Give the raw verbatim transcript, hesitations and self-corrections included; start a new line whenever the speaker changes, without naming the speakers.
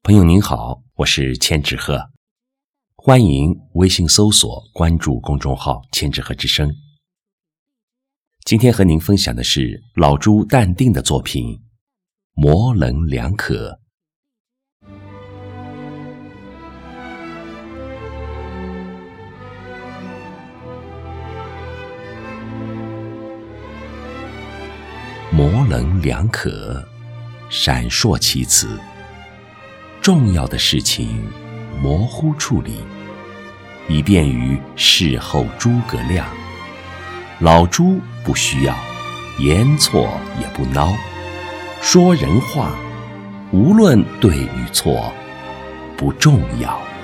朋友您好，我是千纸鹤，欢迎微信搜索关注公众号千纸鹤之声。今天和您分享的是老朱淡定的作品模棱两可。模棱两可，闪烁其词，重要的事情模糊处理，以便于事后诸葛亮。老朱不需要，言错也不孬，说人话，无论对与错，不重要。